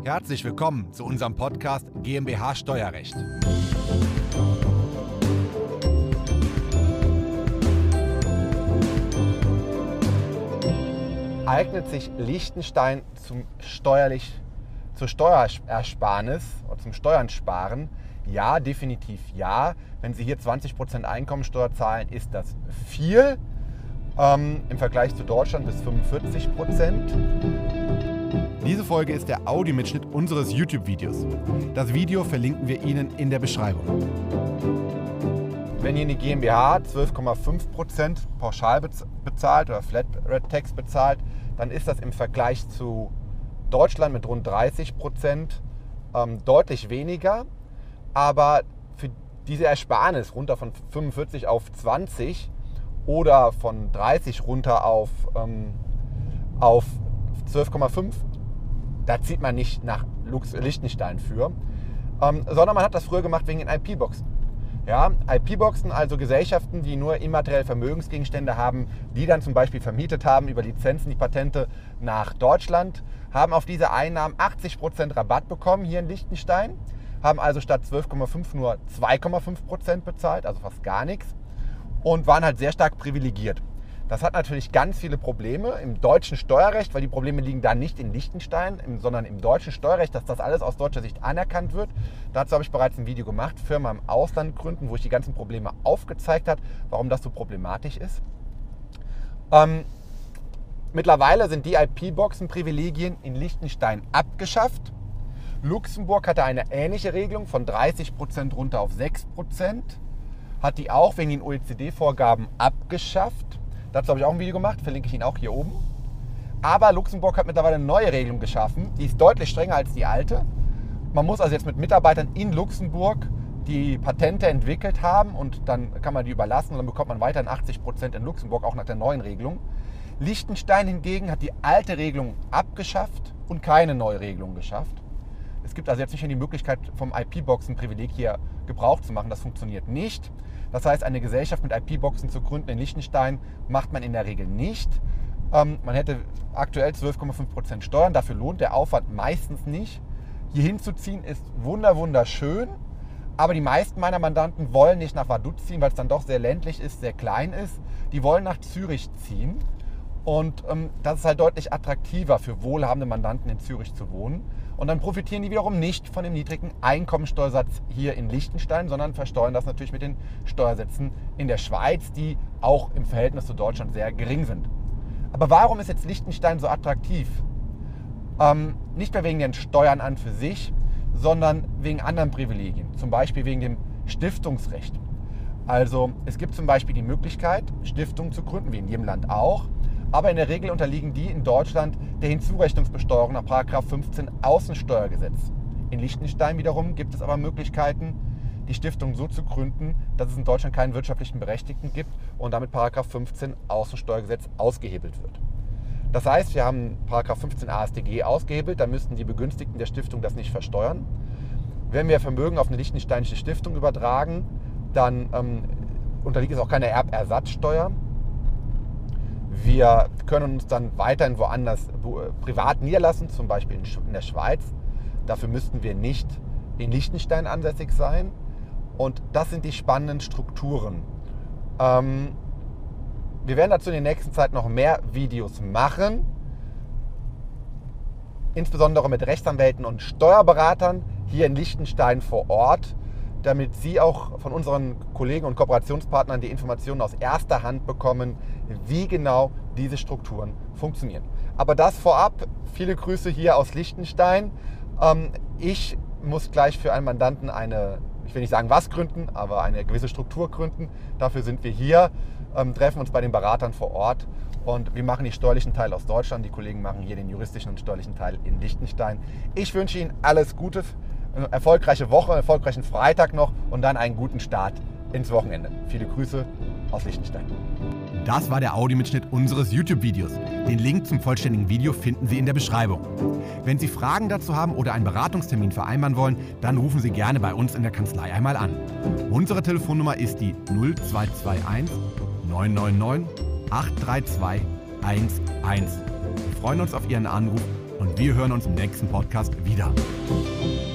Herzlich willkommen zu unserem Podcast GmbH Steuerrecht. Eignet sich Liechtenstein zur Steuerersparnis oder zum Steuern sparen? Ja, definitiv ja. Wenn Sie hier 20% Einkommensteuer zahlen, ist das viel. Im Vergleich zu Deutschland bis 45%. Diese Folge ist der Audiomitschnitt unseres YouTube-Videos. Das Video verlinken wir Ihnen in der Beschreibung. Wenn ihr eine GmbH 12,5% pauschal bezahlt oder Flat Rate Tax bezahlt, dann ist das im Vergleich zu Deutschland mit rund 30% deutlich weniger. Aber für diese Ersparnis runter von 45 auf 20 oder von 30 runter auf 12,5, da zieht man nicht nach Liechtenstein für, sondern man hat das früher gemacht wegen den IP-Boxen. Ja, IP-Boxen, also Gesellschaften, die nur immaterielle Vermögensgegenstände haben, die dann zum Beispiel vermietet haben über Lizenzen, die Patente nach Deutschland, haben auf diese Einnahmen 80% Rabatt bekommen hier in Liechtenstein, haben also statt 12,5 nur 2,5% bezahlt, also fast gar nichts, und waren halt sehr stark privilegiert. Das hat natürlich ganz viele Probleme im deutschen Steuerrecht, weil die Probleme liegen da nicht in Liechtenstein, sondern im deutschen Steuerrecht, dass das alles aus deutscher Sicht anerkannt wird. Dazu habe ich bereits ein Video gemacht, Firma im Ausland gründen, wo ich die ganzen Probleme aufgezeigt habe, warum das so problematisch ist. Mittlerweile sind die IP-Boxen-Privilegien in Liechtenstein abgeschafft. Luxemburg hatte eine ähnliche Regelung von 30% runter auf 6%. Hat die auch wegen den OECD-Vorgaben abgeschafft. Dazu habe ich auch ein Video gemacht, verlinke ich Ihnen auch hier oben. Aber Luxemburg hat mittlerweile eine neue Regelung geschaffen, die ist deutlich strenger als die alte. Man muss also jetzt mit Mitarbeitern in Luxemburg die Patente entwickelt haben und dann kann man die überlassen und dann bekommt man weiterhin 80% in Luxemburg, auch nach der neuen Regelung. Liechtenstein hingegen hat die alte Regelung abgeschafft und keine neue Regelung geschafft. Es gibt also jetzt nicht mehr die Möglichkeit, vom IP-Boxen-Privileg hier Gebrauch zu machen. Das funktioniert nicht. Das heißt, eine Gesellschaft mit IP-Boxen zu gründen in Liechtenstein macht man in der Regel nicht. Man hätte aktuell 12,5% Steuern. Dafür lohnt der Aufwand meistens nicht. Hier hinzuziehen ist wunderschön. Aber die meisten meiner Mandanten wollen nicht nach Vaduz ziehen, weil es dann doch sehr ländlich ist, sehr klein ist. Die wollen nach Zürich ziehen. Und das ist halt deutlich attraktiver für wohlhabende Mandanten in Zürich zu wohnen. Und dann profitieren die wiederum nicht von dem niedrigen Einkommensteuersatz hier in Liechtenstein, sondern versteuern das natürlich mit den Steuersätzen in der Schweiz, die auch im Verhältnis zu Deutschland sehr gering sind. Aber warum ist jetzt Liechtenstein so attraktiv? Nicht mehr wegen den Steuern an für sich, sondern wegen anderen Privilegien. Zum Beispiel wegen dem Stiftungsrecht. Also es gibt zum Beispiel die Möglichkeit, Stiftungen zu gründen, wie in jedem Land auch. Aber in der Regel unterliegen die in Deutschland der Hinzurechnungsbesteuerung nach § 15 Außensteuergesetz. In Liechtenstein wiederum gibt es aber Möglichkeiten, die Stiftung so zu gründen, dass es in Deutschland keinen wirtschaftlichen Berechtigten gibt und damit § 15 Außensteuergesetz ausgehebelt wird. Das heißt, wir haben § 15 AStG ausgehebelt, da müssten die Begünstigten der Stiftung das nicht versteuern. Wenn wir Vermögen auf eine liechtensteinische Stiftung übertragen, dann unterliegt es auch keine Erbersatzsteuer. Wir können uns dann weiterhin woanders privat niederlassen, zum Beispiel in der Schweiz. Dafür müssten wir nicht in Liechtenstein ansässig sein. Und das sind die spannenden Strukturen. Wir werden dazu in der nächsten Zeit noch mehr Videos machen, insbesondere mit Rechtsanwälten und Steuerberatern hier in Liechtenstein vor Ort, damit Sie auch von unseren Kollegen und Kooperationspartnern die Informationen aus erster Hand bekommen, wie genau diese Strukturen funktionieren. Aber das vorab, viele Grüße hier aus Liechtenstein. Ich muss gleich für einen Mandanten ich will nicht sagen was gründen, aber eine gewisse Struktur gründen. Dafür sind wir hier, treffen uns bei den Beratern vor Ort und wir machen den steuerlichen Teil aus Deutschland. Die Kollegen machen hier den juristischen und steuerlichen Teil in Liechtenstein. Ich wünsche Ihnen alles Gute. Eine erfolgreiche Woche, einen erfolgreichen Freitag noch und dann einen guten Start ins Wochenende. Viele Grüße aus Liechtenstein. Das war der Audiomitschnitt unseres YouTube-Videos. Den Link zum vollständigen Video finden Sie in der Beschreibung. Wenn Sie Fragen dazu haben oder einen Beratungstermin vereinbaren wollen, dann rufen Sie gerne bei uns in der Kanzlei einmal an. Unsere Telefonnummer ist die 0221 999 832 11. Wir freuen uns auf Ihren Anruf und wir hören uns im nächsten Podcast wieder.